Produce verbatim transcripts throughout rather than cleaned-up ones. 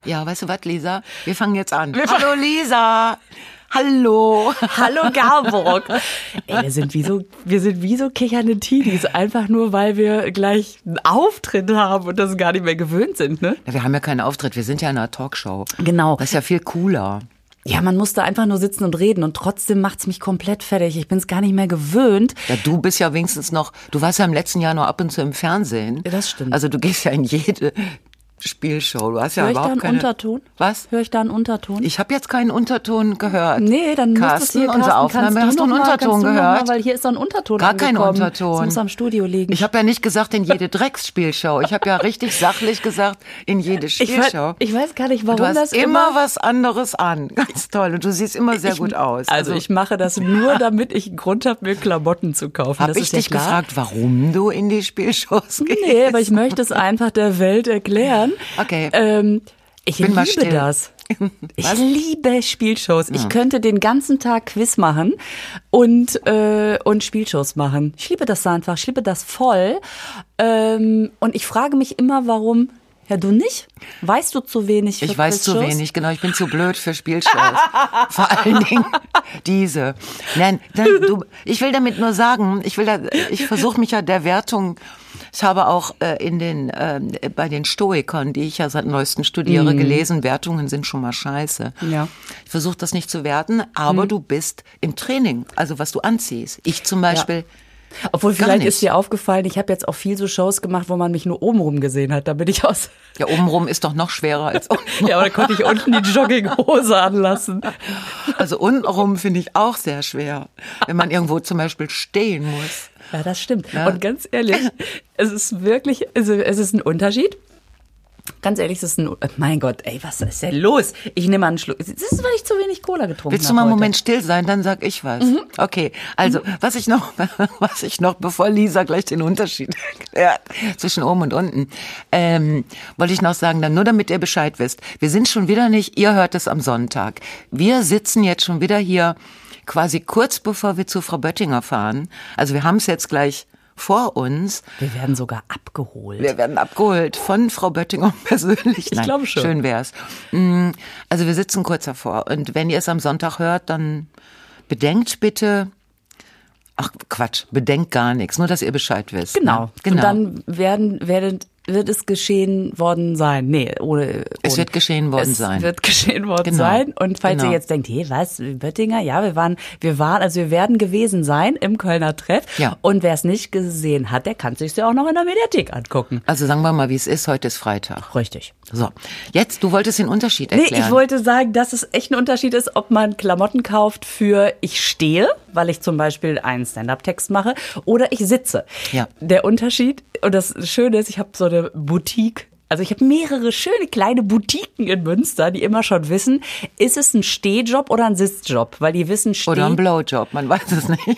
Ja, weißt du was, Lisa? Wir fangen jetzt an. Wir Hallo, Lisa! Hallo! Hallo, Garburg! Ey, wir sind wie so, wir sind wie so kichernde Teenies, einfach nur, weil wir gleich einen Auftritt haben und das gar nicht mehr gewöhnt sind, ne? Ja, wir haben ja keinen Auftritt, wir sind ja in einer Talkshow. Genau. Das ist ja viel cooler. Ja, man muss da einfach nur sitzen und reden und trotzdem macht's mich komplett fertig. Ich bin's gar nicht mehr gewöhnt. Ja, du bist ja wenigstens noch, du warst ja im letzten Jahr noch ab und zu im Fernsehen. Ja, das stimmt. Also du gehst ja in jede Spielshow. Du hast ja Hör ich überhaupt da einen keine... Unterton? Was? Hör ich da einen Unterton? Ich habe jetzt keinen Unterton gehört. Nee, dann Carsten, müsstest du hier, unsere Carsten, Aufnahme, kannst hast du einen noch mal, Unterton kannst du gehört? Noch mal, weil hier ist so ein Unterton Gar kein angekommen. Unterton. Das muss am Studio liegen. Ich habe ja nicht gesagt in jede Drecksspielshow. Ich habe ja richtig sachlich gesagt in jede Spielshow. Ich weiß, ich weiß gar nicht, warum du hast das immer, immer was anderes an. Ganz toll. Und du siehst immer sehr ich, gut aus. Also, also ich mache das nur, damit ich einen Grund habe, mir Klamotten zu kaufen. Habe ich ja dich klar. gefragt, warum du in die Spielshows gehst? Nee, aber ich möchte es einfach der Welt erklären. Okay. Ähm, Ich Bin mal liebe still. das. Ich Was? liebe Spielshows. Ja. Ich könnte den ganzen Tag Quiz machen und äh, und Spielshows machen. Ich liebe das einfach. Ich liebe das voll. Ähm, und ich frage mich immer, warum. Ja, du nicht? Weißt du zu wenig für Ich weiß zu Quizshows? wenig, genau. Ich bin zu blöd für Spielshows. Vor allen Dingen diese. Nein, nein, du, ich will damit nur sagen, ich will da, ich versuche mich ja der Wertung. Ich habe auch äh, in den äh, bei den Stoikern, die ich ja seit neuestem studiere, Mhm. gelesen, Wertungen sind schon mal scheiße. Ja. Ich versuche das nicht zu werten, aber Mhm. du bist im Training, also was du anziehst. Ich zum Beispiel. Obwohl, Gar vielleicht nicht. ist dir aufgefallen, ich habe jetzt auch viel so Shows gemacht, wo man mich nur obenrum gesehen hat. Da bin ich aus. Ja, obenrum ist doch noch schwerer als unten. Ja, aber da konnte ich unten die Jogginghose anlassen. Also untenrum finde ich auch sehr schwer, wenn man irgendwo zum Beispiel stehen muss. Ja, das stimmt. Ja. Und ganz ehrlich, es ist wirklich, also es ist ein Unterschied. Ganz ehrlich, es ist ein, mein Gott, ey, was ist denn los? Ich nehme mal einen Schluck. Das ist, weil ich zu wenig Cola getrunken habe. Willst du mal einen heute. Moment still sein, dann sag ich was. Mhm. Okay, also was ich noch, was ich noch, bevor Lisa gleich den Unterschied erklärt zwischen oben und unten, ähm, wollte ich noch sagen, dann nur damit ihr Bescheid wisst. Wir sind schon wieder nicht, ihr hört es am Sonntag. Wir sitzen jetzt schon wieder hier quasi kurz bevor wir zu Frau Böttinger fahren. Also wir haben es jetzt gleich vor uns. Wir werden sogar abgeholt. Wir werden abgeholt von Frau Böttinger persönlich. Ich glaube schon. Schön wär's. Also wir sitzen kurz davor. Und wenn ihr es am Sonntag hört, dann bedenkt bitte, ach Quatsch, bedenkt gar nichts. Nur, dass ihr Bescheid wisst. Genau. Ne? Genau. Und dann werden, werden, wird es geschehen worden sein. Nee, ohne. Es ohne. wird geschehen worden es sein. Es wird geschehen worden Genau. sein. Und falls Genau. ihr jetzt denkt, hey, was, Böttinger? Ja, wir waren, wir waren, also wir werden gewesen sein im Kölner Treff. Ja. Und wer es nicht gesehen hat, der kann sich ja auch noch in der Mediathek angucken. Also sagen wir mal, wie es ist. Heute ist Freitag. Richtig. So, jetzt, du wolltest den Unterschied Nee, erklären. ich wollte sagen, dass es echt ein Unterschied ist, ob man Klamotten kauft für ich stehe, weil ich zum Beispiel einen Stand-up-Text mache, oder ich sitze. Ja. Der Unterschied, und das Schöne ist, ich habe so eine Boutique, also ich habe mehrere schöne kleine Boutiquen in Münster, die immer schon wissen, ist es ein Stehjob oder ein Sitzjob? Weil die wissen, Steh... Oder ein Blowjob, man weiß es nicht.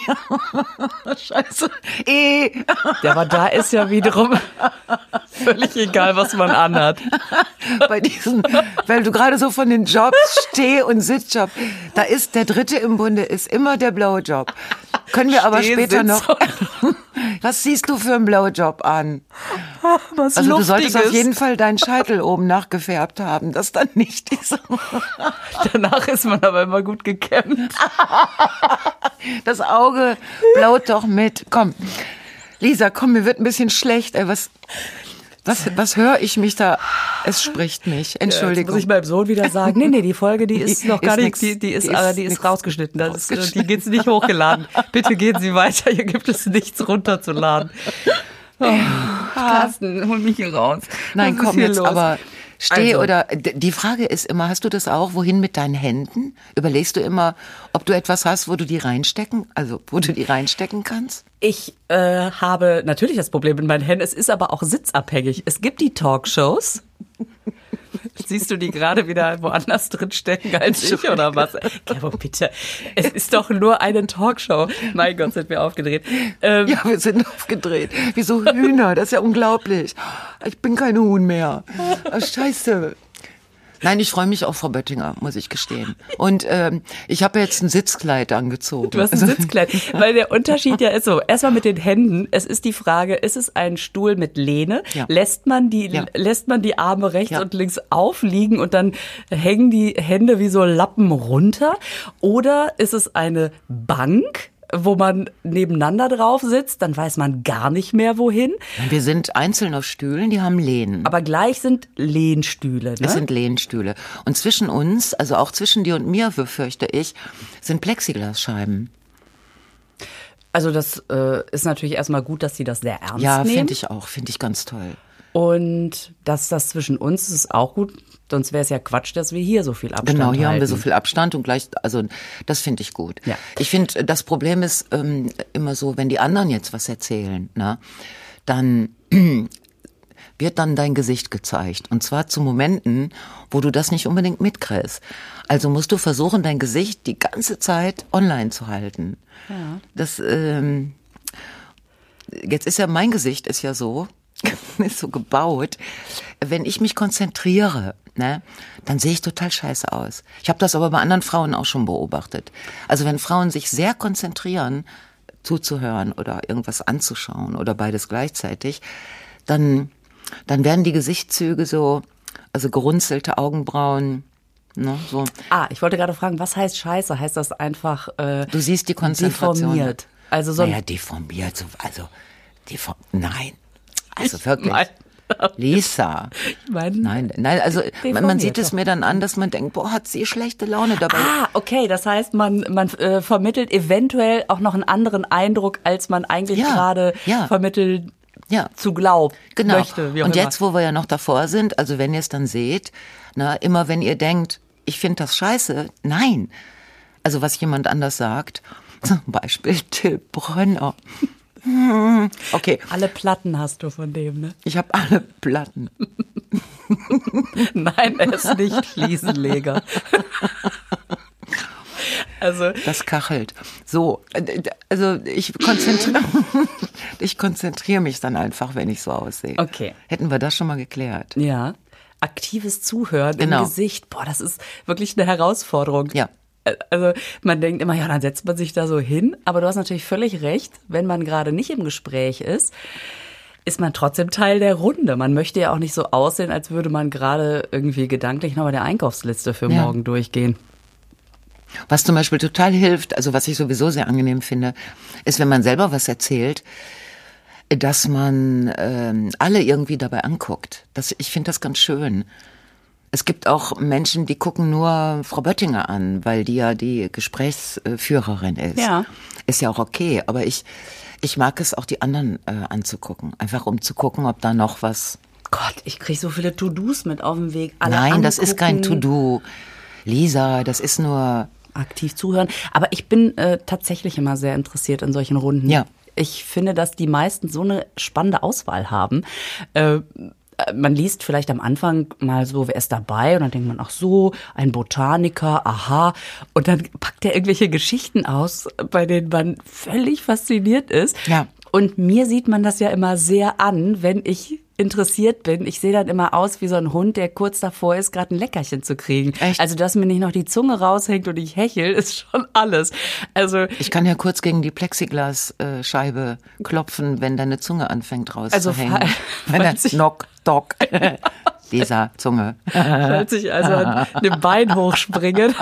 Scheiße. Eh. Ja, aber da ist ja wiederum völlig egal, was man anhat. Bei diesen, weil du gerade so von den Jobs, Steh- und Sitzjob, da ist der dritte im Bunde, ist immer der Blowjob. Können wir aber Steh, später Sitz noch, was siehst du für einen Blowjob an? Was Also du solltest auf Luftiges. jeden Fall deinen Scheitel oben nachgefärbt haben, dass dann nicht diese, Danach ist man aber immer gut gekämmt. das Auge blaut doch mit. Komm, Lisa, komm, mir wird ein bisschen schlecht, ey, was... Was, was höre ich mich da? Es spricht mich. Jetzt Entschuldigung. muss ich meinem Sohn wieder sagen, nee, nee, die Folge, die ist Die noch gar ist nicht, nix. die, die ist, Die äh, ist die ist nix. rausgeschnitten. Das ist, die geht's nicht hochgeladen. Bitte gehen Sie weiter, hier gibt es nichts runterzuladen. Oh, Carsten, hol mich hier raus. Nein, Was ist komm hier jetzt, los? aber steh Also. oder, d- die Frage ist immer, hast du das auch, wohin mit deinen Händen? Überlegst du immer, ob du etwas hast, wo du die reinstecken, also wo du die reinstecken kannst? Ich äh, habe natürlich das Problem mit meinen Händen, es ist aber auch sitzabhängig. Es gibt die Talkshows. Siehst du die gerade wieder woanders drin stecken als ich oder was? Gero, bitte. Es ist doch nur eine Talkshow. Mein Gott, sind wir aufgedreht. Ähm, Ja, wir sind aufgedreht. Wie so Hühner, das ist ja unglaublich. Ich bin kein Huhn mehr. Ah, Scheiße. Nein, ich freue mich auf Frau Böttinger, muss ich gestehen. Und ähm, ich habe jetzt ein Sitzkleid angezogen. Du hast ein Sitzkleid, weil der Unterschied ja ist so, erstmal mit den Händen, es ist die Frage, ist es ein Stuhl mit Lehne? Ja. Lässt man die Ja. lässt man die Arme rechts Ja. und links aufliegen und dann hängen die Hände wie so Lappen runter? Oder ist es eine Bank, wo man nebeneinander drauf sitzt, dann weiß man gar nicht mehr wohin. Wir sind einzeln auf Stühlen, die haben Lehnen. Aber gleich sind Lehnstühle, ne? Es sind Lehnstühle. Und zwischen uns, also auch zwischen dir und mir, befürchte ich, sind Plexiglasscheiben. Also das äh, ist natürlich erstmal gut, dass sie das sehr ernst Ja, nehmen. finde ich auch, finde ich ganz toll. Und dass das zwischen uns ist auch gut, sonst wäre es ja Quatsch, dass wir hier so viel Abstand Genau, halten. hier haben wir so viel Abstand und gleich, also das finde ich gut. Ja. Ich finde, das Problem ist ähm, immer so, wenn die anderen jetzt was erzählen, ne, dann wird dann dein Gesicht gezeigt. Und zwar zu Momenten, wo du das nicht unbedingt mitkriegst. Also musst du versuchen, dein Gesicht die ganze Zeit online zu halten. Ja. Das, ähm, jetzt ist ja, mein Gesicht ist ja so, ist so gebaut, wenn ich mich konzentriere, ne, dann sehe ich total scheiße aus. Ich habe das aber bei anderen Frauen auch schon beobachtet. Also wenn Frauen sich sehr konzentrieren, zuzuhören oder irgendwas anzuschauen oder beides gleichzeitig, dann, dann werden die Gesichtszüge so, also gerunzelte Augenbrauen, ne, so. Ah, ich wollte gerade fragen, was heißt Scheiße? Heißt das einfach äh, Du siehst die Konzentration. deformiert? Also so ein naja, deformiert, so, also, deform, nein. Also wirklich. Nein. Lisa. Ich meine, Nein, nein, also man, man deformiert sieht es doch. mir dann an, dass man denkt, boah, hat sie schlechte Laune dabei. Ah, okay, das heißt, man man äh, vermittelt eventuell auch noch einen anderen Eindruck, als man eigentlich Ja, gerade ja. vermitteln Ja. zu glauben Genau. möchte. Wie auch Und immer. jetzt, wo wir ja noch davor sind, also wenn ihr es dann seht, na, immer wenn ihr denkt, ich finde das scheiße, nein. Also was jemand anders sagt, zum Beispiel Till Brönner. Hm, Okay, Alle Platten hast du von dem, ne? ich habe alle Platten. Nein, er ist nicht Fliesenleger. Also Das kachelt. So, äh, also ich konzentriere ich konzentriere mich dann einfach, wenn ich so aussehe. Okay. Hätten wir das schon mal geklärt? ja, aktives Zuhören Genau. im Gesicht, boah, das ist wirklich eine Herausforderung. Ja. Also man denkt immer, ja, dann setzt man sich da so hin. Aber du hast natürlich völlig recht, wenn man gerade nicht im Gespräch ist, ist man trotzdem Teil der Runde. Man möchte ja auch nicht so aussehen, als würde man gerade irgendwie gedanklich noch bei der Einkaufsliste für Ja. morgen durchgehen. Was zum Beispiel total hilft, also was ich sowieso sehr angenehm finde, ist, wenn man selber was erzählt, dass man ähm, alle irgendwie dabei anguckt. Das, ich finde das ganz schön. Es gibt auch Menschen, die gucken nur Frau Böttinger an, weil die ja die Gesprächsführerin ist. Ja. Ist ja auch okay, aber ich, ich mag es auch, die anderen äh, anzugucken. Einfach um zu gucken, ob da noch was... Gott, ich kriege so viele To-Dos mit auf dem Weg. Alle Nein, das ist kein angucken, To-Do. Lisa, das ist nur... aktiv zuhören. Aber ich bin äh, tatsächlich immer sehr interessiert in solchen Runden. Ja. Ich finde, dass die meisten so eine spannende Auswahl haben. Äh, man liest vielleicht am Anfang mal so, wer ist dabei? Und dann denkt man, ach so, ein Botaniker, aha. Und dann packt er irgendwelche Geschichten aus, bei denen man völlig fasziniert ist. Ja. Und mir sieht man das ja immer sehr an, wenn ich interessiert bin. Ich sehe dann immer aus wie so ein Hund, der kurz davor ist, gerade ein Leckerchen zu kriegen. Echt? Also, dass mir nicht noch die Zunge raushängt und ich hechel, ist schon alles. Also, Ich kann ja kurz gegen die Plexiglasscheibe klopfen, wenn deine Zunge anfängt rauszuhängen. Also, wenn falls der ich- Knock, Dock, Lisa, Zunge. falls ich also an dem Bein hochspringe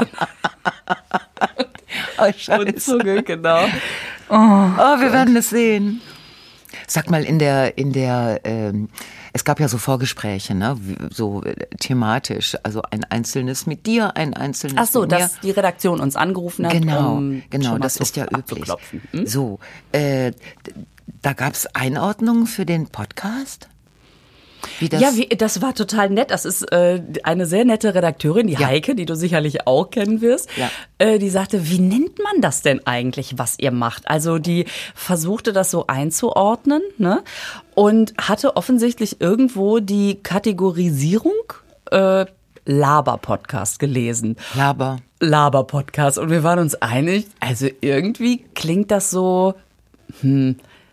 Oh, und Scheiße. Zunge, genau. Oh, wir werden es sehen. Sag mal, in der, in der, ähm, es gab ja so Vorgespräche, ne, wie- so äh, thematisch, also ein einzelnes mit dir, ein einzelnes Ach so, mit mir. dass die Redaktion uns angerufen hat. Genau, um genau, schon mal das so ist ja üblich. abzuklopfen. Hm? So, äh, d- da gab's Einordnungen für den Podcast? Wie das? Ja, wie, das war total nett. Das ist äh, eine sehr nette Redakteurin, die Ja. Heike, die du sicherlich auch kennen wirst. Ja. Äh, die sagte, wie nennt man das denn eigentlich, was ihr macht? Also die versuchte das so einzuordnen, ne? Und hatte offensichtlich irgendwo die Kategorisierung äh, Laber-Podcast gelesen. Laber. Laber-Podcast. Und wir waren uns einig, also irgendwie klingt das so, hm,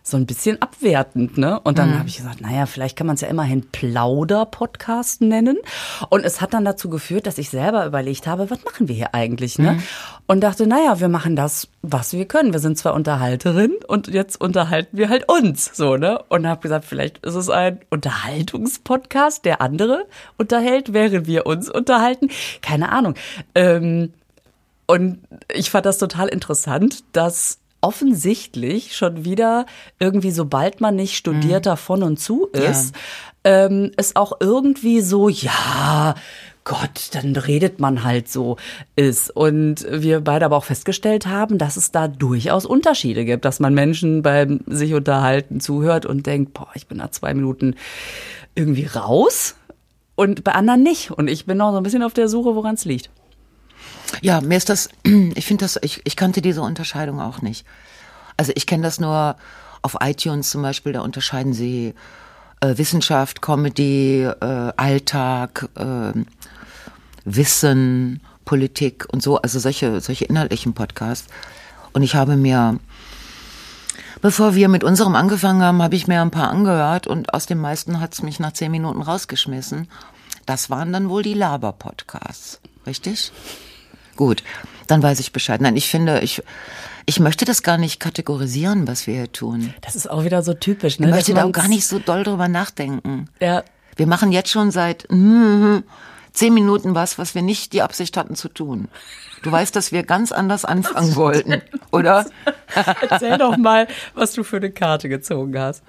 so ein bisschen abwertend, ne? Und dann mhm. habe ich gesagt, naja, vielleicht kann man es ja immerhin Plauder-Podcast nennen. Und es hat dann dazu geführt, dass ich selber überlegt habe, was machen wir hier eigentlich, ne? Mhm. Und dachte, naja, wir machen das, was wir können. Wir sind zwar Unterhalterin und jetzt unterhalten wir halt uns, so, ne? Und habe gesagt, vielleicht ist es ein Unterhaltungspodcast, der andere unterhält, während wir uns unterhalten. Keine Ahnung. Ähm, und ich fand das total interessant, dass offensichtlich schon wieder irgendwie, sobald man nicht studierter mhm. von und zu ist, ja. ähm, es auch irgendwie so, ja, Gott, dann redet man halt so ist. Und wir beide aber auch festgestellt haben, dass es da durchaus Unterschiede gibt, dass man Menschen beim sich unterhalten zuhört und denkt, boah, ich bin da zwei Minuten irgendwie raus und bei anderen nicht. Und ich bin noch so ein bisschen auf der Suche, woran es liegt. Ja, mir ist das, ich finde das, ich, ich kannte diese Unterscheidung auch nicht. Also ich kenne das nur auf iTunes zum Beispiel, da unterscheiden sie äh, Wissenschaft, Comedy, äh, Alltag, äh, Wissen, Politik und so, also solche, solche inhaltlichen Podcasts. Und ich habe mir, bevor wir mit unserem angefangen haben, habe ich mir ein paar angehört und aus den meisten hat es mich nach zehn Minuten rausgeschmissen. Das waren dann wohl die Laber-Podcasts, richtig? Gut, dann weiß ich Bescheid. Nein, ich finde, ich, ich möchte das gar nicht kategorisieren, was wir hier tun. Das ist auch wieder so typisch, ne? Ich möchte da auch gar nicht so doll drüber nachdenken. Ja. Wir machen jetzt schon seit mm, zehn Minuten was, was wir nicht die Absicht hatten zu tun. Du weißt, dass wir ganz anders anfangen wollten, oder? Erzähl doch mal, was du für eine Karte gezogen hast.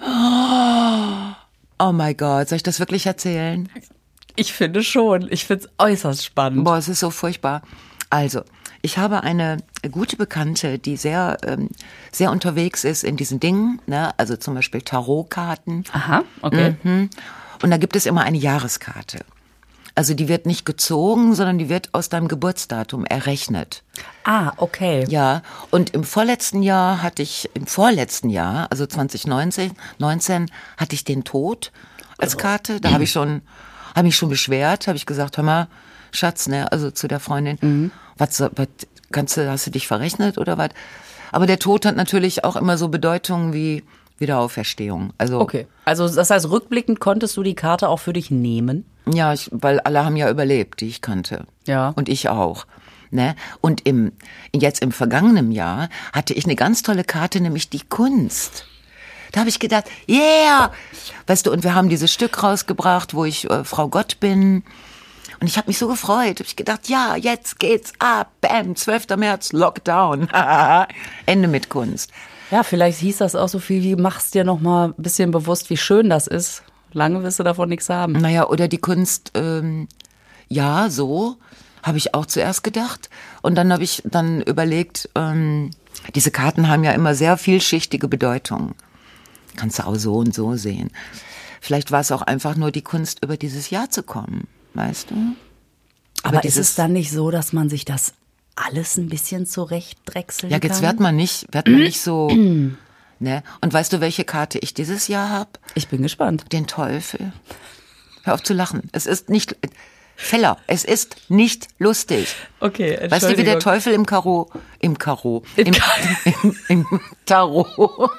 Oh mein Gott, soll ich das wirklich erzählen? Ich finde schon. Ich finde es äußerst spannend. Boah, es ist so furchtbar. Also, ich habe eine gute Bekannte, die sehr, ähm, sehr unterwegs ist in diesen Dingen, ne? Also zum Beispiel Tarotkarten. Aha, okay. Mhm. Und da gibt es immer eine Jahreskarte. Also die wird nicht gezogen, sondern die wird aus deinem Geburtsdatum errechnet. Ah, okay. Ja, und im vorletzten Jahr hatte ich, im vorletzten Jahr, also zwanzig neunzehn, neunzehn, hatte ich den Tod als Karte. Da habe ich schon, habe mich schon beschwert, habe ich gesagt, hör mal, Schatz, ne, also zu der Freundin, mhm. was, was kannst du, hast du dich verrechnet oder was? Aber der Tod hat natürlich auch immer so Bedeutungen wie Wiederauferstehung. Also okay, also das heißt, rückblickend konntest du die Karte auch für dich nehmen? Ja, ich, weil alle haben ja überlebt, die ich kannte. Ja. Und ich auch. Ne? Und im, jetzt im vergangenen Jahr hatte ich eine ganz tolle Karte, nämlich die Kunst. Da habe ich gedacht, yeah! Weißt du, und wir haben dieses Stück rausgebracht, wo ich äh, Frau Gott bin. Und ich habe mich so gefreut. Habe ich gedacht, ja, jetzt geht's ab. Bam, zwölfter März, Lockdown. Ende mit Kunst. Ja, vielleicht hieß das auch so viel wie, mach's dir noch mal ein bisschen bewusst, wie schön das ist. Lange wirst du davon nichts haben. Naja, oder die Kunst, ähm, ja, so habe ich auch zuerst gedacht. Und dann habe ich dann überlegt, ähm, diese Karten haben ja immer sehr vielschichtige Bedeutung. Kannst du auch so und so sehen. Vielleicht war es auch einfach nur die Kunst, über dieses Jahr zu kommen, weißt du? Aber, Aber ist es dann nicht so, dass man sich das alles ein bisschen zurechtdrechseln kann? Ja, jetzt wird man nicht, wird man nicht so... Ne? Und weißt du, welche Karte ich dieses Jahr habe? Ich bin gespannt. Den Teufel. Hör auf zu lachen. Es ist nicht... Feller, es ist nicht lustig. Okay, Entschuldigung. Weißt du, wie der Teufel im Karo... Im Karo... Im, im, im, im Tarot...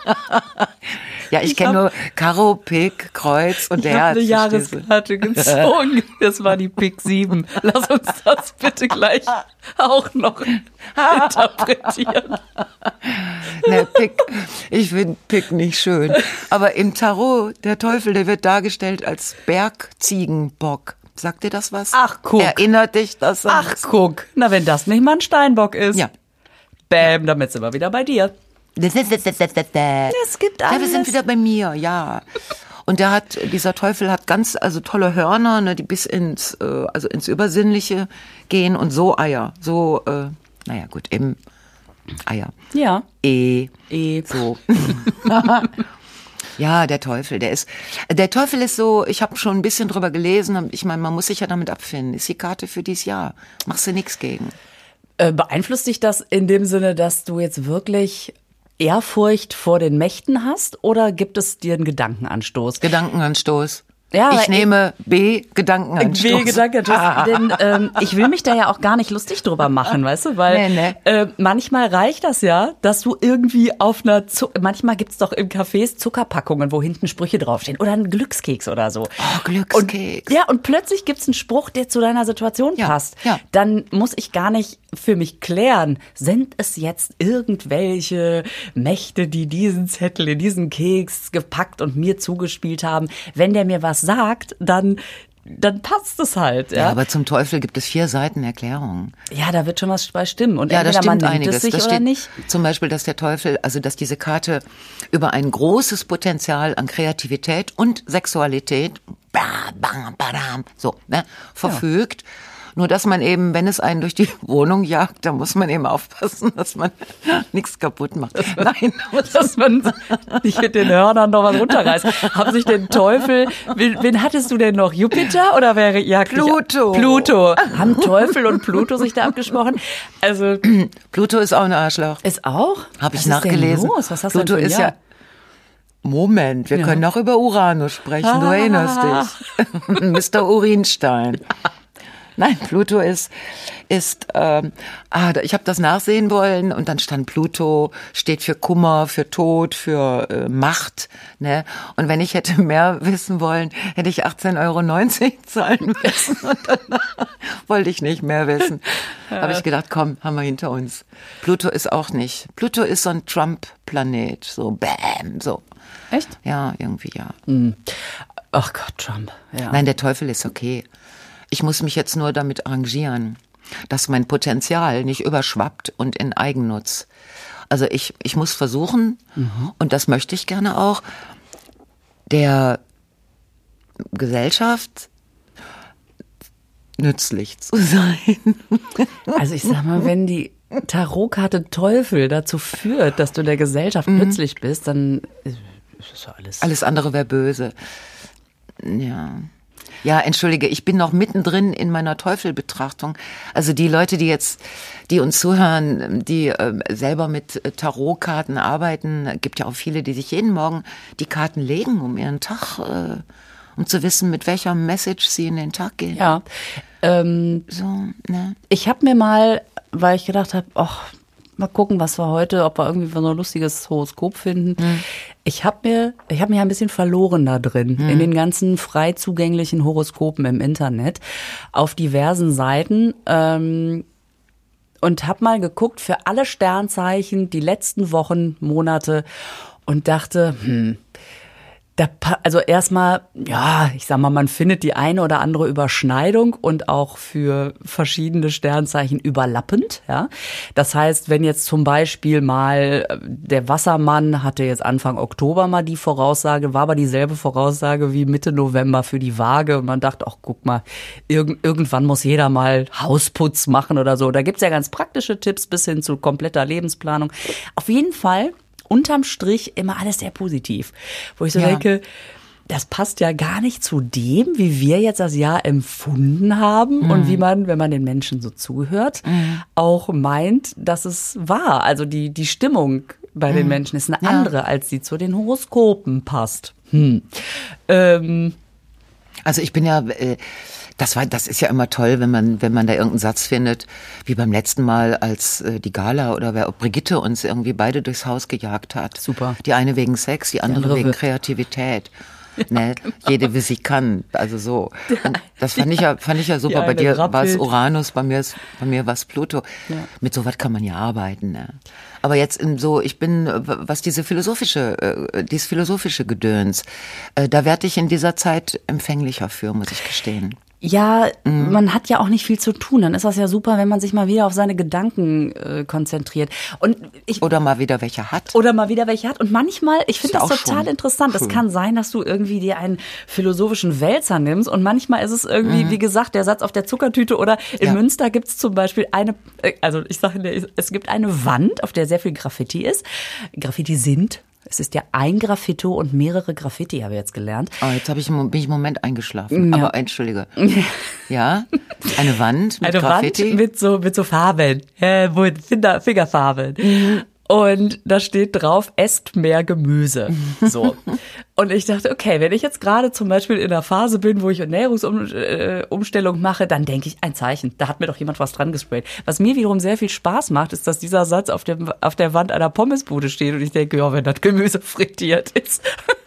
Ja, ich, ich kenne nur Karo, Pik, Kreuz und der Herz. Ich habe eine Jahreskarte gezogen. Das war die Pik sieben. Lass uns das bitte gleich auch noch interpretieren. Ne, Pik, ich finde Pik nicht schön. Aber im Tarot, der Teufel, der wird dargestellt als Bergziegenbock. Sagt dir das was? Ach, guck. Erinnert dich das an Ach, guck. Na, wenn das nicht mal ein Steinbock ist. Ja. Bäm, damit sind wir wieder bei dir. Es gibt alles. Ja, wir sind wieder bei mir, ja. Und der hat, dieser Teufel hat ganz, also tolle Hörner, ne, die bis ins, äh, also ins Übersinnliche gehen und so Eier, so, äh, naja, gut, eben Eier. Ja. E. E. So. Ja, der Teufel, der ist, der Teufel ist so, ich habe schon ein bisschen drüber gelesen, ich meine, man muss sich ja damit abfinden, ist die Karte für dieses Jahr, machst du nichts gegen. Äh, beeinflusst dich das in dem Sinne, dass du jetzt wirklich Ehrfurcht vor den Mächten hast oder gibt es dir einen Gedankenanstoß? Gedankenanstoß. Ja, ich nehme B, Gedankenanstoß. B, Gedankenanstoß. Ah. Denn ähm, ich will mich da ja auch gar nicht lustig drüber machen, weißt du? Weil nee, nee. Äh, manchmal reicht das ja, dass du irgendwie auf einer, Zuck- manchmal gibt's doch im Cafés Zuckerpackungen, wo hinten Sprüche draufstehen. Oder einen Glückskeks oder so. Oh, Glückskeks. Und, ja, und plötzlich gibt's einen Spruch, der zu deiner Situation ja, passt. Ja. Dann muss ich gar nicht für mich klären, sind es jetzt irgendwelche Mächte, die diesen Zettel in diesen Keks gepackt und mir zugespielt haben. Wenn der mir was sagt, dann dann passt es halt. Ja? ja, aber zum Teufel gibt es vier Seiten Erklärungen. Ja, da wird schon was bei stimmen. Und ja, da entweder stimmt man nimmt einiges. es sich das oder steht nicht. Zum Beispiel, dass der Teufel, also dass diese Karte über ein großes Potenzial an Kreativität und Sexualität bam, bam, badam, so, ne, verfügt. Ja. Nur, dass man eben, wenn es einen durch die Wohnung jagt, da muss man eben aufpassen, dass man nichts kaputt macht. Dass man, Nein, dass man nicht mit den Hörnern noch was runterreißt. Haben sich den Teufel, wen, wen hattest du denn noch? Jupiter oder wäre jagt Pluto. Pluto. Haben Teufel und Pluto sich da abgesprochen? Also Pluto ist auch ein Arschloch. Ist auch? Habe ich nachgelesen. Los? Was hast Pluto du denn für ist ein ja Moment, wir ja. können auch über Uranus sprechen, ah. du erinnerst dich. Mister Urinstein. Nein, Pluto ist, ist ähm, ah, ich habe das nachsehen wollen und dann stand Pluto, steht für Kummer, für Tod, für äh, Macht. Ne? Und wenn ich hätte mehr wissen wollen, hätte ich achtzehn Euro neunzig zahlen müssen und dann wollte ich nicht mehr wissen. Ja. Habe ich gedacht, komm, haben wir hinter uns. Pluto ist auch nicht. Pluto ist so ein Trump-Planet, so bam, so. Echt? Ja, irgendwie ja. Hm. Ach Gott, Trump. Ja. Nein, der Teufel ist okay. Ich muss mich jetzt nur damit arrangieren, dass mein Potenzial nicht überschwappt und in Eigennutz. Also ich, ich muss versuchen, mhm. und das möchte ich gerne auch, der Gesellschaft nützlich zu sein. Also ich sag mal, wenn die Tarotkarte Teufel dazu führt, dass du der Gesellschaft mhm. nützlich bist, dann ist das ja alles... Alles andere wäre böse. Ja... Ja, entschuldige, ich bin noch mittendrin in meiner Teufelbetrachtung. Also die Leute, die jetzt, die uns zuhören, die äh, selber mit Tarotkarten arbeiten, gibt ja auch viele, die sich jeden Morgen die Karten legen, um ihren Tag, äh, um zu wissen, mit welcher Message sie in den Tag gehen. Ja, ähm, so, ne? Ich habe mir mal, weil ich gedacht habe, ach, mal gucken, was wir heute, ob wir irgendwie so ein lustiges Horoskop finden. Hm. Ich habe mir, ich habe mich ein bisschen verloren da drin, hm. in den ganzen frei zugänglichen Horoskopen im Internet, auf diversen Seiten ähm, und habe mal geguckt für alle Sternzeichen die letzten Wochen, Monate und dachte, hm, da, also erstmal, ja, ich sag mal, man findet die eine oder andere Überschneidung und auch für verschiedene Sternzeichen überlappend, ja. Das heißt, wenn jetzt zum Beispiel mal der Wassermann hatte jetzt Anfang Oktober mal die Voraussage, war aber dieselbe Voraussage wie Mitte November für die Waage und man dachte, ach, guck mal, irg- irgendwann muss jeder mal Hausputz machen oder so. Da gibt's ja ganz praktische Tipps bis hin zu kompletter Lebensplanung. Auf jeden Fall unterm Strich immer alles sehr positiv. Wo ich so ja. denke, das passt ja gar nicht zu dem, wie wir jetzt das Jahr empfunden haben mhm. und wie man, wenn man den Menschen so zuhört, mhm. auch meint, dass es war. Also die, die Stimmung bei mhm. den Menschen ist eine ja. andere, als die zu den Horoskopen passt. Hm. Ähm. Also ich bin ja... Äh Das war, das ist ja immer toll, wenn man, wenn man da irgendeinen Satz findet, wie beim letzten Mal, als äh, die Gala oder wer, Brigitte uns irgendwie beide durchs Haus gejagt hat. Super. Die eine wegen Sex, die andere, die andere wegen Kreativität. Ja, ne? Genau. Jede wie sie kann, also so. Und das fand ich ja, fand ich ja super. Bei dir war es Uranus, bei mir ist, bei mir war es Pluto. Ja. Mit sowas kann man ja arbeiten. Ne? Aber jetzt in so, ich bin, was diese philosophische, dieses philosophische Gedöns, da werde ich in dieser Zeit empfänglicher für, muss ich gestehen. Ja, mhm. man hat ja auch nicht viel zu tun. Dann ist das ja super, wenn man sich mal wieder auf seine Gedanken äh, konzentriert. Und ich, oder mal wieder welche hat. Oder mal wieder welche hat. Und manchmal, ich finde das total interessant. Cool. Es kann sein, dass du irgendwie dir einen philosophischen Wälzer nimmst. Und manchmal ist es irgendwie, mhm. wie gesagt, der Satz auf der Zuckertüte. Oder in ja. Münster gibt es zum Beispiel eine, also ich sage dir, es gibt eine Wand, auf der sehr viel Graffiti ist. Graffiti sind... Es ist ja ein Graffito und mehrere Graffiti, habe ich jetzt gelernt. Oh, jetzt habe ich, bin ich einen Moment eingeschlafen. Ja. Aber entschuldige. Ja, eine Wand mit eine Graffiti. Wand mit so, mit so Farben, äh, Finger, Fingerfarben. Mhm. Und da steht drauf, esst mehr Gemüse. So. Und ich dachte, okay, wenn ich jetzt gerade zum Beispiel in einer Phase bin, wo ich Ernährungsumstellung mache, dann denke ich, ein Zeichen. Da hat mir doch jemand was dran gesprayt. Was mir wiederum sehr viel Spaß macht, ist, dass dieser Satz auf, dem, auf der Wand einer Pommesbude steht. Und ich denke, ja, wenn das Gemüse frittiert ist,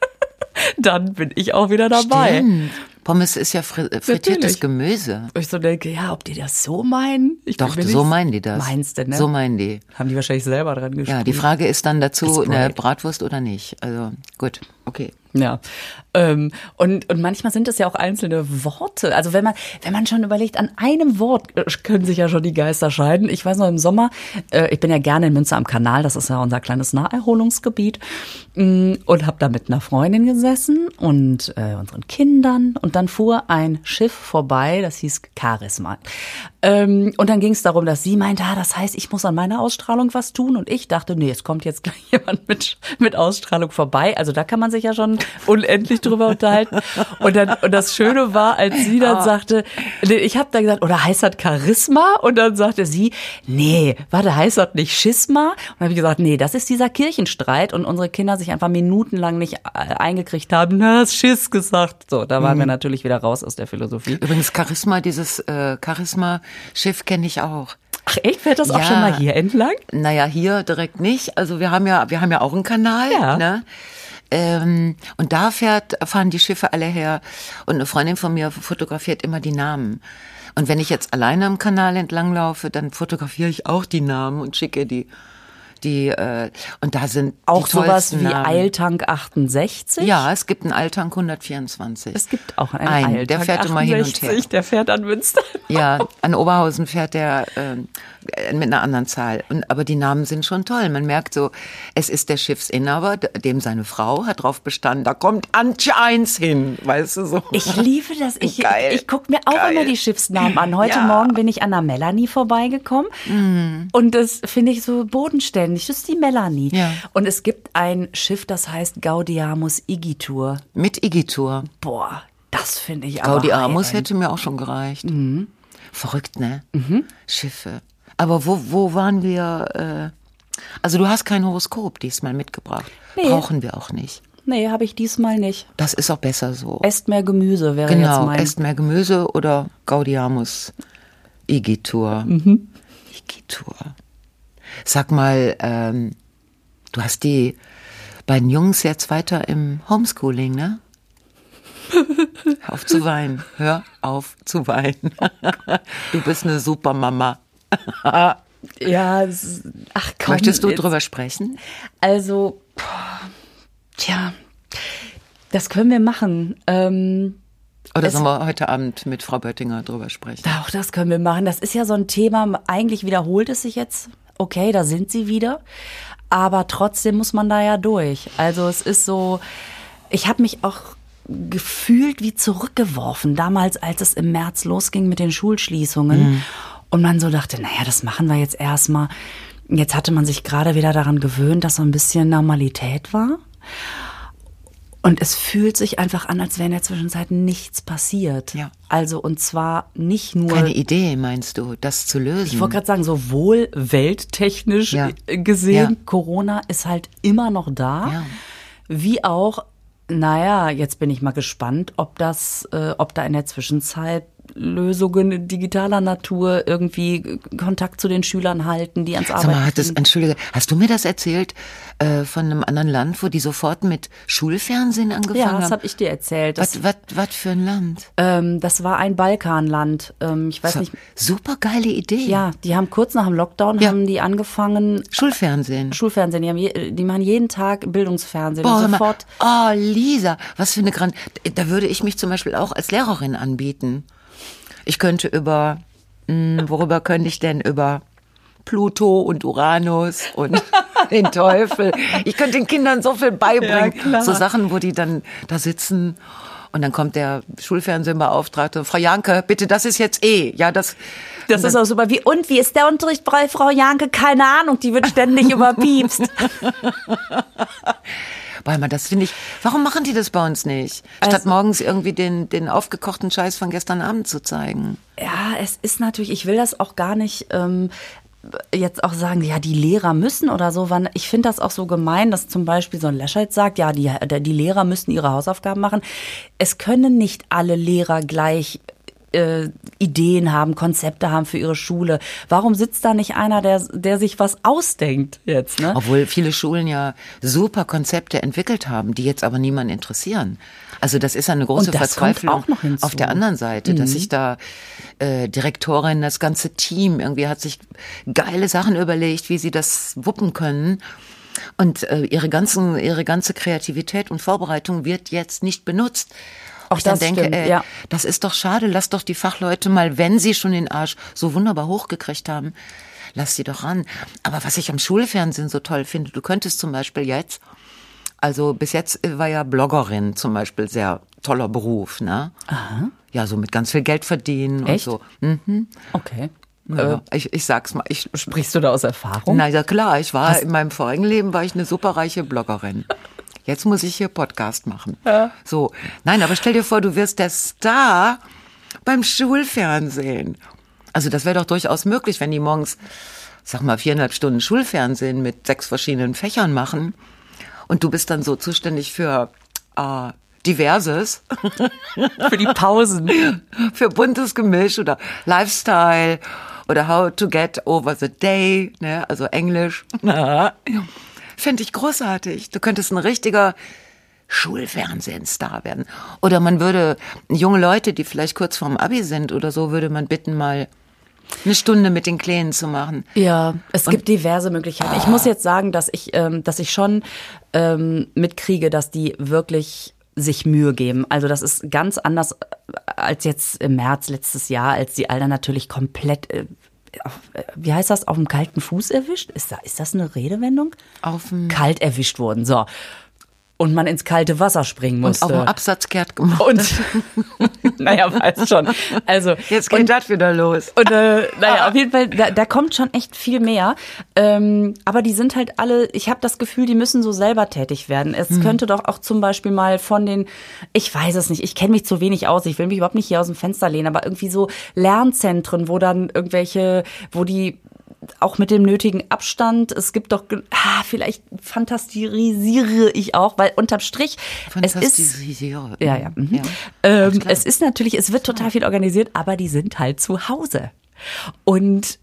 dann bin ich auch wieder dabei. Stimmt. Pommes ist ja fri- frittiertes Natürlich. Gemüse. Und ich so denke, ja, ob die das so meinen? Ich Doch, so meinen die das. Meinst du, ne? So meinen die. Haben die wahrscheinlich selber dran geschrieben. Ja, die Frage ist dann dazu, Gesprayt. eine Bratwurst oder nicht. Also, gut, okay. Ja, ähm, und und manchmal sind es ja auch einzelne Worte. Also wenn man wenn man schon überlegt, an einem Wort können sich ja schon die Geister scheiden. Ich weiß noch im Sommer, äh, ich bin ja gerne in Münster am Kanal, das ist ja unser kleines Naherholungsgebiet, mh, und habe da mit einer Freundin gesessen und äh, unseren Kindern und dann fuhr ein Schiff vorbei, das hieß Charisma. Ähm, und dann ging es darum, dass sie meinte, ah, das heißt, ich muss an meiner Ausstrahlung was tun, und ich dachte, nee, es kommt jetzt gleich jemand mit mit Ausstrahlung vorbei. Also da kann man sich ja schon unendlich drüber unterhalten. Und dann und das Schöne war, als sie dann Ah. sagte, nee, ich habe dann gesagt, oder heißt das Charisma? Und dann sagte sie, nee, warte, heißt das nicht Schisma? Und dann habe ich gesagt, nee, das ist dieser Kirchenstreit, und unsere Kinder sich einfach minutenlang nicht äh, eingekriegt haben, na, hast Schiss gesagt. So, da waren wir natürlich wieder raus aus der Philosophie. Übrigens, Charisma, dieses äh, Charisma-Schiff kenne ich auch. Ach echt, fährt das auch Ja. schon mal hier entlang? Naja, hier direkt nicht. Also wir haben ja, wir haben ja auch einen Kanal, Ja. ne? Ähm, und da fährt, fahren die Schiffe alle her. Und eine Freundin von mir fotografiert immer die Namen. Und wenn ich jetzt alleine am Kanal entlanglaufe, dann fotografiere ich auch die Namen und schicke die, die, äh, und da sind Auch die sowas tollsten wie Namen. Eiltank achtundsechzig? Ja, es gibt einen Altank hundertvierundzwanzig. Es gibt auch einen, Einen, Eiltank der fährt immer hin und her. achtundsechzig, der fährt an Münster. Ja, an Oberhausen fährt der ähm, mit einer anderen Zahl. Und, aber die Namen sind schon toll. Man merkt so, es ist der Schiffsinhaber, dem seine Frau hat drauf bestanden, da kommt Antje eins hin, weißt du so. Ich liebe das. Ich, Geil. ich, ich gucke mir auch Geil. immer die Schiffsnamen an. Heute Ja. Morgen bin ich an der Melanie vorbeigekommen. Mhm. Und das finde ich so bodenständig. Das ist die Melanie. Ja. Und es gibt ein Schiff, das heißt Gaudiamus Igitur. Mit Igitur. Boah, das finde ich aber Gaudiamus high-end. hätte mir auch schon gereicht. Verrückt, ne? Schiffe. Aber wo, wo waren wir? Äh, also du hast kein Horoskop diesmal mitgebracht. Nee. Brauchen wir auch nicht. Nee, habe ich diesmal nicht. Das ist auch besser so. Esst mehr Gemüse wäre jetzt Genau, mein... esst mehr Gemüse oder Gaudiamus Igitur. Igitur. Sag mal, ähm, du hast die beiden Jungs jetzt weiter im Homeschooling, ne? Hör auf zu weinen. Hör auf zu weinen. Du bist eine super Mama. Ja, es ist- ach komm. Möchtest du jetzt- drüber sprechen? Also, boah, tja, das können wir machen. Ähm, Oder Es- sollen wir heute Abend mit Frau Böttinger drüber sprechen? auch das können wir machen. Das ist ja so ein Thema, eigentlich wiederholt es sich jetzt. Okay, da sind sie wieder. Aber trotzdem muss man da ja durch. Also es ist so, ich habe mich auch gefühlt wie zurückgeworfen, damals, als es im März losging mit den Schulschließungen. Und man so dachte, naja, das machen wir jetzt erstmal. Jetzt hatte man sich gerade wieder daran gewöhnt, dass so ein bisschen Normalität war. Und es fühlt sich einfach an, als wäre in der Zwischenzeit nichts passiert. Ja. Also und zwar nicht nur... Keine Idee, meinst du, das zu lösen? Ich wollte gerade sagen, sowohl welttechnisch Ja. gesehen, Ja. Corona ist halt immer noch da, Ja. wie auch, naja, jetzt bin ich mal gespannt, ob das, äh, ob da in der Zwischenzeit Lösungen digitaler Natur irgendwie Kontakt zu den Schülern halten, die ans Sag Arbeiten mal, hat das, sind. entschuldige, hast du mir das erzählt äh, von einem anderen Land, wo die sofort mit Schulfernsehen angefangen Ja, das haben? habe ich dir erzählt. Das, Was, was, was für ein Land? ähm, das war ein Balkanland. Ähm, ich weiß So, nicht. super geile Idee. Ja, die haben kurz nach dem Lockdown Ja. haben die angefangen. Schulfernsehen. Schulfernsehen, die, haben je, die machen jeden Tag Bildungsfernsehen. Boah, und hör mal. sofort. Oh, Lisa, was für eine Grand... Da würde ich mich zum Beispiel auch als Lehrerin anbieten. Ich könnte über... Mh, worüber könnte ich denn? Über Pluto und Uranus und den Teufel. Ich könnte den Kindern so viel beibringen. Ja, klar. So Sachen, wo die dann da sitzen und dann kommt der Schulfernsehbeauftragte. Frau Janke, bitte, das ist jetzt eh. Ja, das... Das und ist dann- auch super. Wie, und wie ist der Unterricht bei Frau Janke? Keine Ahnung, die wird ständig überpiepst. Weil man das finde ich, warum machen die das bei uns nicht? Statt Also- morgens irgendwie den, den aufgekochten Scheiß von gestern Abend zu zeigen. Ja, es ist natürlich, ich will das auch gar nicht, ähm, jetzt auch sagen, ja, die Lehrer müssen oder so. Ich finde das auch so gemein, dass zum Beispiel so ein Laschet sagt, ja, die, die Lehrer müssen ihre Hausaufgaben machen. Es können nicht alle Lehrer gleich äh, Ideen haben, Konzepte haben für ihre Schule. Warum sitzt da nicht einer, der, der sich was ausdenkt jetzt? Ne? Obwohl viele Schulen ja super Konzepte entwickelt haben, die jetzt aber niemanden interessieren. Also das ist eine große Verzweiflung auch noch hinzu. Auf der anderen Seite, mhm. dass sich da äh, Direktorin, das ganze Team irgendwie hat sich geile Sachen überlegt, wie sie das wuppen können. Und äh, ihre ganzen, ihre ganze Kreativität und Vorbereitung wird jetzt nicht benutzt. Auch ich dann das denke, stimmt, ey, ja. das ist doch schade, lass doch die Fachleute mal, wenn sie schon den Arsch so wunderbar hochgekriegt haben, lass sie doch ran. Aber was ich am Schulfernsehen so toll finde, du könntest zum Beispiel jetzt, also bis jetzt war ja Bloggerin zum Beispiel sehr toller Beruf, ne? Aha. Ja, so mit ganz viel Geld verdienen. Echt? Und so. Mhm. Okay. Ja, äh, ich, ich sag's mal. Ich, Sprichst du da aus Erfahrung? Na ja, klar, ich war Hast in meinem vorigen Leben war ich eine superreiche Bloggerin. Jetzt muss ich hier Podcast machen. Ja. So, nein, aber stell dir vor, du wirst der Star beim Schulfernsehen. Also das wäre doch durchaus möglich, wenn die morgens, sag mal, viereinhalb Stunden Schulfernsehen mit sechs verschiedenen Fächern machen und du bist dann so zuständig für äh, Diverses. Für die Pausen. Für buntes Gemisch oder Lifestyle oder How to get over the day, ne, also Englisch. Fände ich großartig. Du könntest ein richtiger Schulfernsehenstar werden. Oder man würde junge Leute, die vielleicht kurz vorm Abi sind oder so, würde man bitten, mal eine Stunde mit den Kleinen zu machen. Ja, es gibt diverse Möglichkeiten. Ich muss jetzt sagen, dass ich, ähm, dass ich schon ähm, mitkriege, dass die wirklich sich Mühe geben. Also das ist ganz anders als jetzt im März letztes Jahr, als die Alter natürlich komplett, äh, auf, äh, wie heißt das, auf dem kalten Fuß erwischt? Ist, da, ist das eine Redewendung? Auf dem Kalt erwischt wurden, so. Und man ins kalte Wasser springen musste. Und auf dem Absatz kehrt gemacht. Und, naja, weiß schon. Also, jetzt geht und, das wieder los. Und, äh, naja, auf jeden Fall, da, da kommt schon echt viel mehr. Ähm, aber die sind halt alle, ich habe das Gefühl, die müssen so selber tätig werden. Es hm. könnte doch auch zum Beispiel mal von den, ich weiß es nicht, ich kenne mich zu wenig aus, ich will mich überhaupt nicht hier aus dem Fenster lehnen, aber irgendwie so Lernzentren, wo dann irgendwelche, wo die auch mit dem nötigen Abstand. Es gibt doch, ah, vielleicht fantasiere ich auch, weil unterm Strich, es ist, ja, ja, mhm. ja. Ähm, es ist natürlich, es wird total viel organisiert, aber die sind halt zu Hause. Und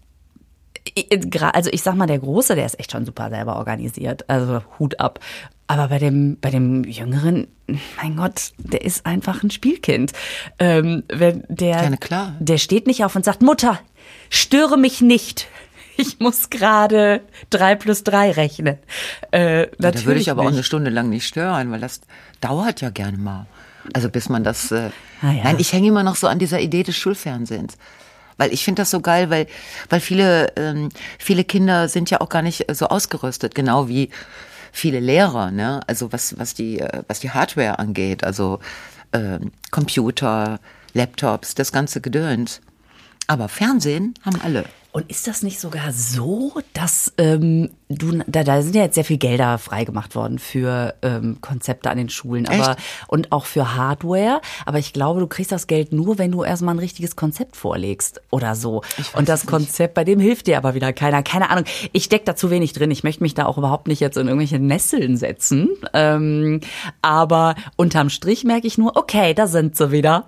also ich sag mal, der Große, der ist echt schon super selber organisiert, also Hut ab. Aber bei dem, bei dem Jüngeren, mein Gott, der ist einfach ein Spielkind. Ähm, wenn der, ja, klar. Der steht nicht auf und sagt, Mutter, störe mich nicht. Ich muss gerade drei plus drei rechnen. Äh, ja, da würde ich aber nicht. Auch eine Stunde lang nicht stören, weil das dauert ja gerne mal. Also bis man das... Äh, ah, ja. Nein, ich hänge immer noch so an dieser Idee des Schulfernsehens. Weil ich finde das so geil, weil, weil viele, ähm, viele Kinder sind ja auch gar nicht so ausgerüstet, genau wie viele Lehrer, ne? Also was, was die, was die Hardware angeht, also ähm, Computer, Laptops, das ganze Gedöns. Aber Fernsehen haben alle. Und ist das nicht sogar so, dass ähm, du, da, da sind ja jetzt sehr viel Gelder freigemacht worden für ähm, Konzepte an den Schulen, aber Echt? Und auch für Hardware. Aber ich glaube, du kriegst das Geld nur, wenn du erstmal ein richtiges Konzept vorlegst oder so. Und das Konzept, bei dem hilft dir aber wieder keiner. Keine Ahnung. Ich steck da zu wenig drin. Ich möchte mich da auch überhaupt nicht jetzt in irgendwelche Nesseln setzen. Ähm, aber unterm Strich merke ich nur, okay, da sind sie wieder.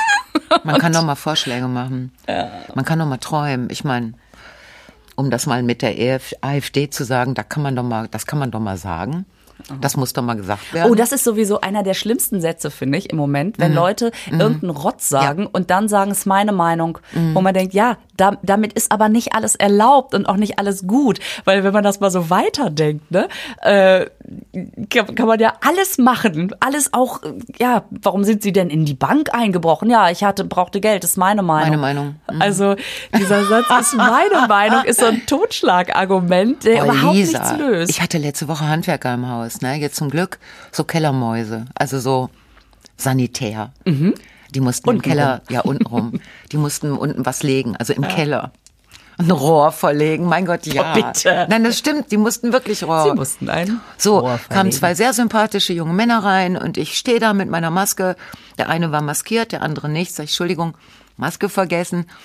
Man kann doch mal Vorschläge machen. Ja. Man kann doch mal träumen. Ich meine, um das mal mit der AfD zu sagen, da kann man doch mal, das kann man doch mal sagen. Das muss doch mal gesagt werden. Oh, das ist sowieso einer der schlimmsten Sätze, finde ich, im Moment, wenn mhm. Leute mhm. irgendeinen Rotz sagen ja. und dann sagen, es ist meine Meinung. Mhm. Wo man denkt, ja, da, damit ist aber nicht alles erlaubt und auch nicht alles gut. Weil wenn man das mal so weiterdenkt, ne, äh, kann, kann man ja alles machen. Alles auch, ja, warum sind sie denn in die Bank eingebrochen? Ja, ich hatte, brauchte Geld, das ist meine Meinung. Meine Meinung. Mhm. Also dieser Satz ist meine Meinung, ist so ein Totschlagargument, der oh, überhaupt Lisa, nichts löst. Ich hatte letzte Woche Handwerker im Haus. Ne? Jetzt zum Glück so Kellermäuse, also so sanitär. Mhm. Die mussten unten im Keller, rum. ja unten rum, die mussten unten was legen, also im ja. Keller. Ein Rohr verlegen, mein Gott, ja. Oh, bitte. Nein, das stimmt, die mussten wirklich Rohr. Sie mussten ein So, Rohr kamen zwei sehr sympathische junge Männer rein und ich stehe da mit meiner Maske. Der eine war maskiert, der andere nicht. Sag ich, Entschuldigung, Maske vergessen.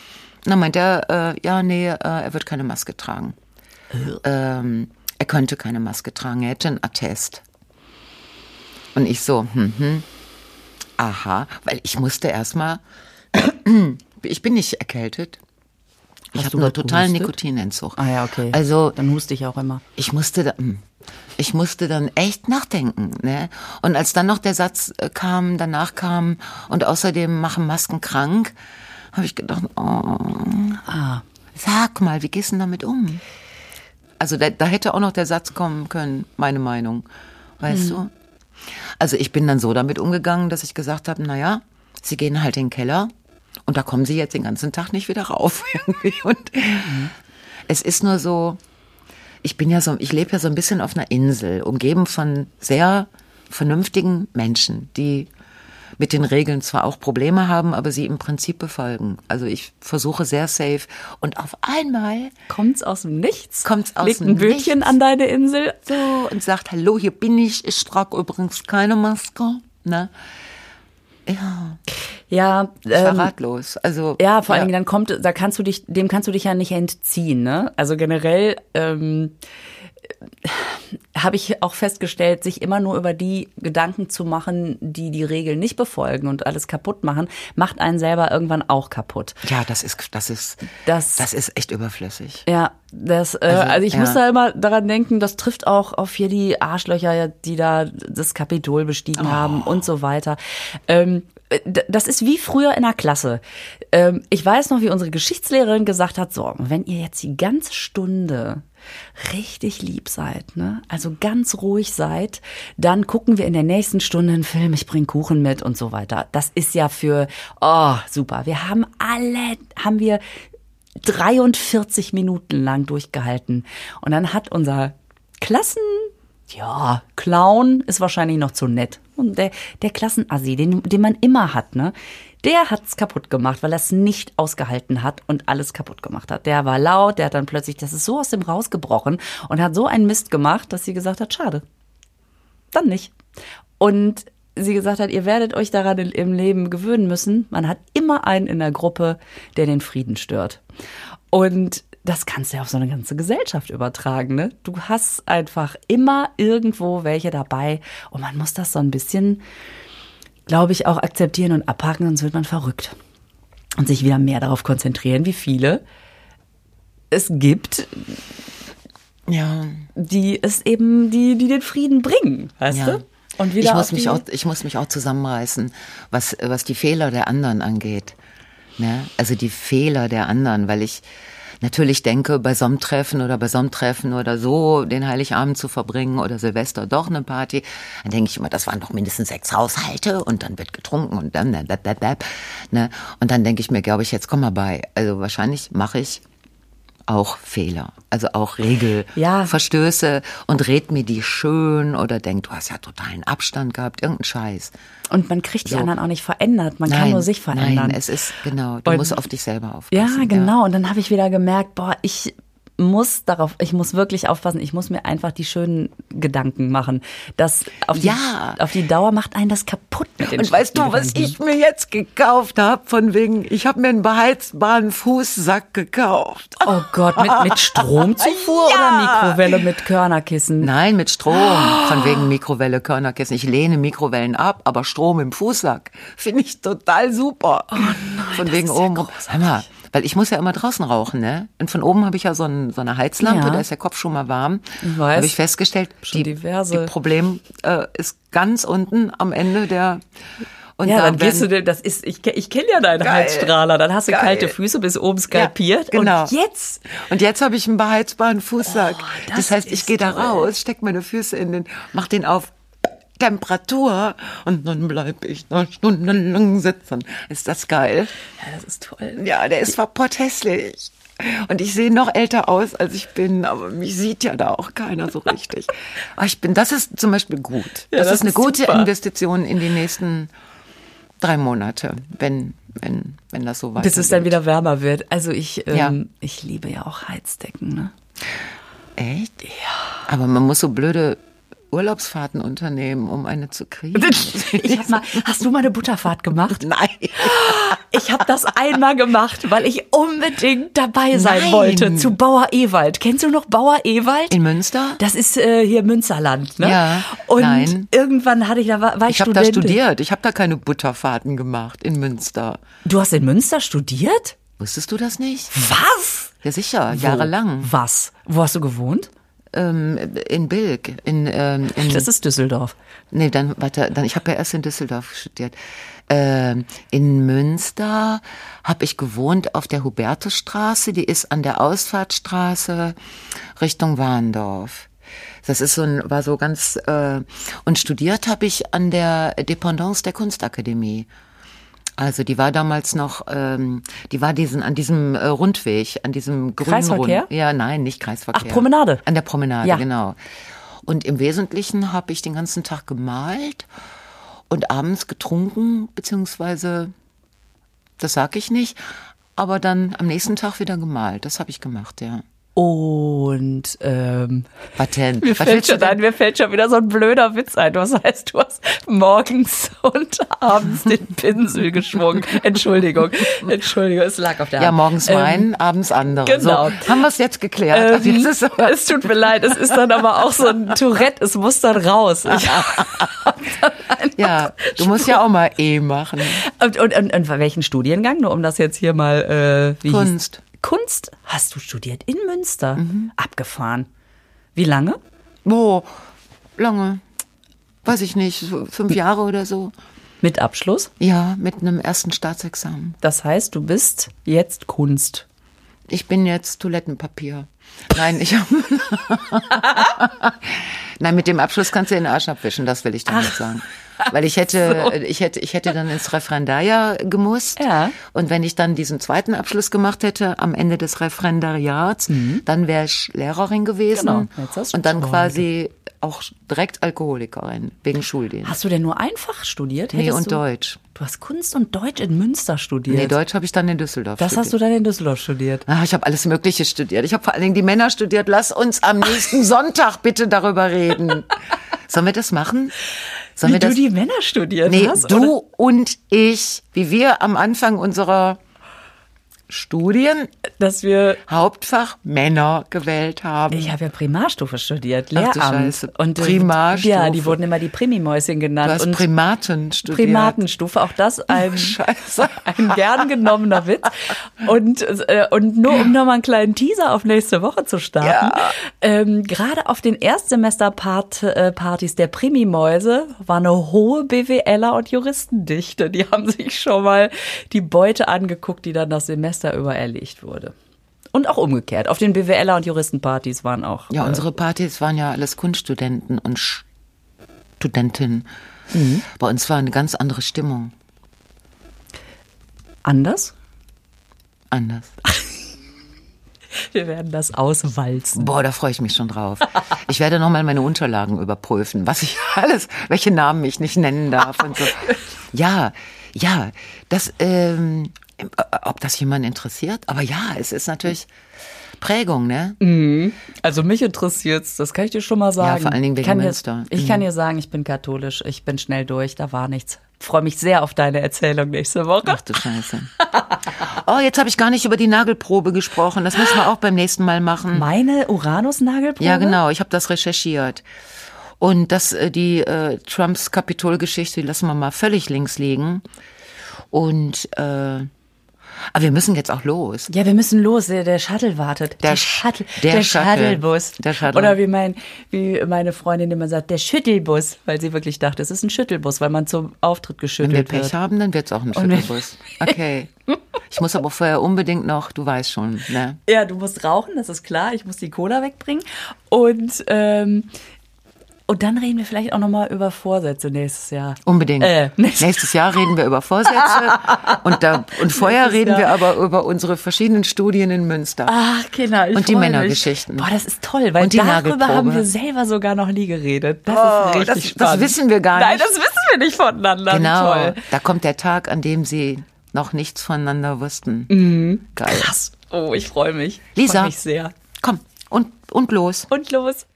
dann meint er, äh, ja, nee, äh, er wird keine Maske tragen. Ähm, er könnte keine Maske tragen, er hätte einen Attest. Und ich so, hm, hm, aha, weil ich musste erstmal, ich bin nicht erkältet. Ich habe nur totalen Nikotinentzug. Ah ja, okay. Also dann huste ich auch immer. Ich musste, da, ich musste dann echt nachdenken. Ne? Und als dann noch der Satz kam, danach kam und außerdem machen Masken krank, habe ich gedacht, oh, ah. sag mal, wie gehst du denn damit um? Also da, da hätte auch noch der Satz kommen können, meine Meinung, weißt hm. du? Also ich bin dann so damit umgegangen, dass ich gesagt habe, naja, sie gehen halt in den Keller. Und da kommen sie jetzt den ganzen Tag nicht wieder rauf. Und mhm. es ist nur so, ich bin ja so, ich lebe ja so ein bisschen auf einer Insel, umgeben von sehr vernünftigen Menschen, die mit den Regeln zwar auch Probleme haben, aber sie im Prinzip befolgen. Also ich versuche sehr safe und auf einmal kommt's aus dem Nichts. Kommt's aus Legt dem ein Bötchen Nichts. an deine Insel so und sagt, hallo, hier bin ich, ich trage übrigens keine Maske, ne? Ja. Ja, ich war ähm, ratlos. Also ja, vor ja. allen Dingen dann kommt, da kannst du dich, dem kannst du dich ja nicht entziehen, ne? Also generell ähm, habe ich auch festgestellt, sich immer nur über die Gedanken zu machen, die die Regeln nicht befolgen und alles kaputt machen, macht einen selber irgendwann auch kaputt. Ja, das ist das ist das, das ist echt überflüssig. Ja, das äh, also, also ich ja. muss da immer daran denken, das trifft auch auf hier die Arschlöcher, die da das Kapitol bestiegen oh. haben und so weiter. Ähm, Das ist wie früher in der Klasse. Ich weiß noch, wie unsere Geschichtslehrerin gesagt hat, so, wenn ihr jetzt die ganze Stunde richtig lieb seid, ne, also ganz ruhig seid, dann gucken wir in der nächsten Stunde einen Film, ich bring Kuchen mit und so weiter. Das ist ja für, oh, super. Wir haben alle, haben wir dreiundvierzig Minuten lang durchgehalten. Und dann hat unser Klassen Ja, Clown ist wahrscheinlich noch zu nett. Und der, der Klassenassi, den, den man immer hat, ne, der hat's kaputt gemacht, weil er es nicht ausgehalten hat und alles kaputt gemacht hat. Der war laut, der hat dann plötzlich, das ist so aus dem rausgebrochen und hat so einen Mist gemacht, dass sie gesagt hat, schade, dann nicht. Und sie gesagt hat, ihr werdet euch daran im Leben gewöhnen müssen. Man hat immer einen in der Gruppe, der den Frieden stört. Und das kannst du ja auf so eine ganze Gesellschaft übertragen, ne? Du hast einfach immer irgendwo welche dabei und man muss das so ein bisschen, glaube ich, auch akzeptieren und abhaken, sonst wird man verrückt. Und sich wieder mehr darauf konzentrieren, wie viele es gibt, ja, die es eben, die, die den Frieden bringen, weißt ja. du? Und wieder ich muss auf mich die auch, ich muss mich auch zusammenreißen, was, was die Fehler der anderen angeht. Ne? Also die Fehler der anderen, weil ich natürlich denke, bei so einem Treffen oder bei so einem Treffen oder so den Heiligabend zu verbringen oder Silvester doch eine Party, dann denke ich immer, das waren doch mindestens sechs Haushalte und dann wird getrunken und dann, ne? Und dann denke ich mir, glaube ich, jetzt komm mal bei. Also wahrscheinlich mache ich auch Fehler, also auch Regelverstöße ja. und red mir die schön oder denk, du hast ja totalen Abstand gehabt, irgendein Scheiß. Und man kriegt die so. anderen auch nicht verändert, man nein, kann nur sich verändern. Nein, es ist, genau, du und, musst auf dich selber aufpassen. Ja, genau, ja. Und dann habe ich wieder gemerkt, boah, ich muss darauf, ich muss wirklich aufpassen, ich muss mir einfach die schönen Gedanken machen. Das auf die, ja. auf die Dauer macht einen das kaputt mit den Und weißt du, was ich mir jetzt gekauft habe, von wegen, ich habe mir einen beheizbaren Fußsack gekauft. Oh Gott, mit, mit Stromzufuhr ja. oder Mikrowelle mit Körnerkissen? Nein, mit Strom, oh. von wegen Mikrowelle, Körnerkissen. Ich lehne Mikrowellen ab, aber Strom im Fußsack finde ich total super. Oh nein, von wegen das ist oben. ja Hör mal, weil ich muss ja immer draußen rauchen, ne? Und von oben habe ich ja so, ein, so eine Heizlampe, ja. da ist der Kopf schon mal warm. Ich weiß. Habe ich festgestellt, schon die, diverse. die Problem äh, ist ganz unten am Ende der. Und ja, da dann gehst du denn, das ist, ich, ich kenne ja deinen Geil. Heizstrahler, dann hast du Geil. kalte Füße bis oben skalpiert. Ja, genau. Und jetzt? Und jetzt habe ich einen beheizbaren Fußsack. Oh, das, das heißt, ich gehe da toll. raus, steck meine Füße in den, mach den auf Temperatur und dann bleib ich noch stundenlang sitzen. Ist das geil? Ja, das ist toll. Ja, der ist verpotthässlich. Und ich sehe noch älter aus, als ich bin, aber mich sieht ja da auch keiner so richtig. Aber ich bin, das ist zum Beispiel gut. Ja, das, das ist eine ist gute super. Investition in die nächsten drei Monate, wenn, wenn, wenn das so weitergeht. Bis es dann wieder wärmer wird. Also ich, ähm, Ja. ich liebe ja auch Heizdecken, ne? Echt? Ja. Aber man muss so blöde Urlaubsfahrten unternehmen, um eine zu kriegen. Ich hab mal, hast du mal eine Butterfahrt gemacht? Nein. Ich habe das einmal gemacht, weil ich unbedingt dabei sein Nein. wollte zu Bauer Ewald. Kennst du noch Bauer Ewald? In Münster? Das ist äh, hier Münsterland, ne? Ja, Und nein. irgendwann hatte ich da war, war ich Ich habe da Studentin. studiert. Ich habe da keine Butterfahrten gemacht in Münster. Du hast in Münster studiert? Wusstest du das nicht? Was? Ja, sicher, jahrelang. Was? Wo hast du gewohnt? Ähm, in Bilk. In, ähm, in, Das ist Düsseldorf. nee, dann, warte, dann, ich habe ja erst in Düsseldorf studiert. Ähm, in Münster habe ich gewohnt auf der Hubertusstraße. Die ist an der Ausfahrtstraße Richtung Warndorf. Das ist so ein, war so ganz, äh, und studiert habe ich an der Dependance der Kunstakademie. Also die war damals noch, ähm, die war diesen an diesem äh, Rundweg, an diesem grünen Kreisverkehr? Rund. Ja, nein, nicht Kreisverkehr. Ach, Promenade. An der Promenade, Ja. genau. Und im Wesentlichen habe ich den ganzen Tag gemalt und abends getrunken, beziehungsweise, das sag ich nicht, aber dann am nächsten Tag wieder gemalt. Das habe ich gemacht, ja. Und ähm, Was denn? mir, Was fällt willst du schon denn? ein, mir fällt schon wieder so ein blöder Witz ein. Was heißt, du hast morgens und abends den Pinsel geschwungen. Entschuldigung, Entschuldigung, es lag auf der Hand. Ja, morgens Ähm, meinen, abends andere. genau. So, haben wir es jetzt geklärt. Ähm, Jetzt ist aber es tut mir leid, es ist dann aber auch so ein Tourette, es muss dann raus. Ich hab dann einfach ja, du musst ja auch mal E machen. Und, und, und, und welchen Studiengang? Nur um das jetzt hier mal, äh, wie Kunst. Hieß? Kunst hast du studiert in Münster. Abgefahren. Wie lange? Wo? Lange. Weiß ich nicht, so fünf Jahre oder so. Mit Abschluss? Ja, mit einem ersten Staatsexamen. Das heißt, du bist jetzt Kunst. Ich bin jetzt Toilettenpapier. Nein, ich habe. Nein, mit dem Abschluss kannst du den Arsch abwischen, das will ich damit sagen. Weil ich hätte, so. ich hätte, ich hätte dann ins Referendariat gemusst. Ja. Und wenn ich dann diesen zweiten Abschluss gemacht hätte, am Ende des Referendariats, dann wäre ich Lehrerin gewesen. Genau, jetzt hast du und dann schon quasi auch direkt Alkoholikerin, wegen Schuldienst. Hast du denn nur einfach studiert? Nee, Hättest und du, Deutsch. Du hast Kunst und Deutsch in Münster studiert. Nee, Deutsch habe ich dann in Düsseldorf Das studiert. hast du dann in Düsseldorf studiert. Ah, ich habe alles Mögliche studiert. Ich habe vor allen Dingen die Männer studiert. Lass uns am nächsten Sonntag bitte darüber reden. Sollen wir das machen? Sollen Wie wir du das? die Männer studiert Nee, hast? du oder? und ich, wie wir am Anfang unserer Studien Dass wir Hauptfach Männer gewählt haben. Ich habe ja Primarstufe studiert, Ach du Lehramt. Scheiße, Und, äh, Primarstufe. Ja, die wurden immer die Primimäuschen genannt. Du hast und Primaten studiert. Primatenstufe, auch das ein, Scheiße. ein gern genommener Witz. Und, äh, und nur um nochmal einen kleinen Teaser auf nächste Woche zu starten. Ja. Ähm, gerade auf den Erstsemester-Partys der Primimäuse war eine hohe BWLer- und Juristendichte. Die haben sich schon mal die Beute angeguckt, die dann das Semester über erlegt wurde. Und auch umgekehrt. Auf den BWLer- und Juristenpartys waren auch. Ja, äh, unsere Partys waren ja alles Kunststudenten und Studentinnen. Mhm. Bei uns war eine ganz andere Stimmung. Anders? Anders. Wir werden das auswalzen. Boah, da freue ich mich schon drauf. Ich werde nochmal meine Unterlagen überprüfen, was ich alles, welche Namen ich nicht nennen darf und so. Ja, ja, das, ähm, ob das jemand interessiert, aber ja, es ist natürlich Prägung, ne? Also mich interessiert's, das kann ich dir schon mal sagen. Ja, vor allen Dingen wegen kann Münster. Dir, ich Mhm. kann dir sagen, ich bin katholisch, ich bin schnell durch, da war nichts. Freue mich sehr auf deine Erzählung nächste Woche. Ach du Scheiße. Oh, jetzt habe ich gar nicht über die Nagelprobe gesprochen. Das müssen wir auch beim nächsten Mal machen. Meine Uranus-Nagelprobe? Ja, genau. Ich habe das recherchiert. Und das, äh, die äh, Trumps Kapitolgeschichte, die lassen wir mal völlig links liegen. Und äh, aber wir müssen jetzt auch los. Ja, wir müssen los. Der, der Shuttle wartet. Der Der, Sch- Shuttle. der Der, Shuttle. Shuttlebus. Der Shuttle. Oder wie, mein, wie meine Freundin immer sagt, der Schüttelbus. Weil sie wirklich dachte, es ist ein Schüttelbus, weil man zum Auftritt Wenn geschüttelt wir Pech wird. haben, dann wird's auch ein wenn- Schüttelbus. Okay. Ich muss aber vorher unbedingt noch, du weißt schon, ne? Ja, du musst rauchen, das ist klar. Ich muss die Cola wegbringen. Und, ähm, und dann reden wir vielleicht auch nochmal über Vorsätze nächstes Jahr. Unbedingt. Äh, nächstes- Nächstes Jahr reden wir über Vorsätze und, da, und vorher Nächstes reden Jahr. wir aber über unsere verschiedenen Studien in Münster. Ach, Kinder, ich Und die freu mich. Männergeschichten. Boah, das ist toll, weil Und die darüber Nagelprobe. haben wir selber sogar noch nie geredet. Das Oh, ist richtig das- das spannend. wissen wir gar Nein, nicht. das wissen wir nicht voneinander. Wie Genau, Toll. da kommt der Tag, an dem sie noch nichts voneinander wussten. Geil. Krass. Oh, ich freue mich. Ich Lisa. freue mich sehr. Komm, und, und los. Und los.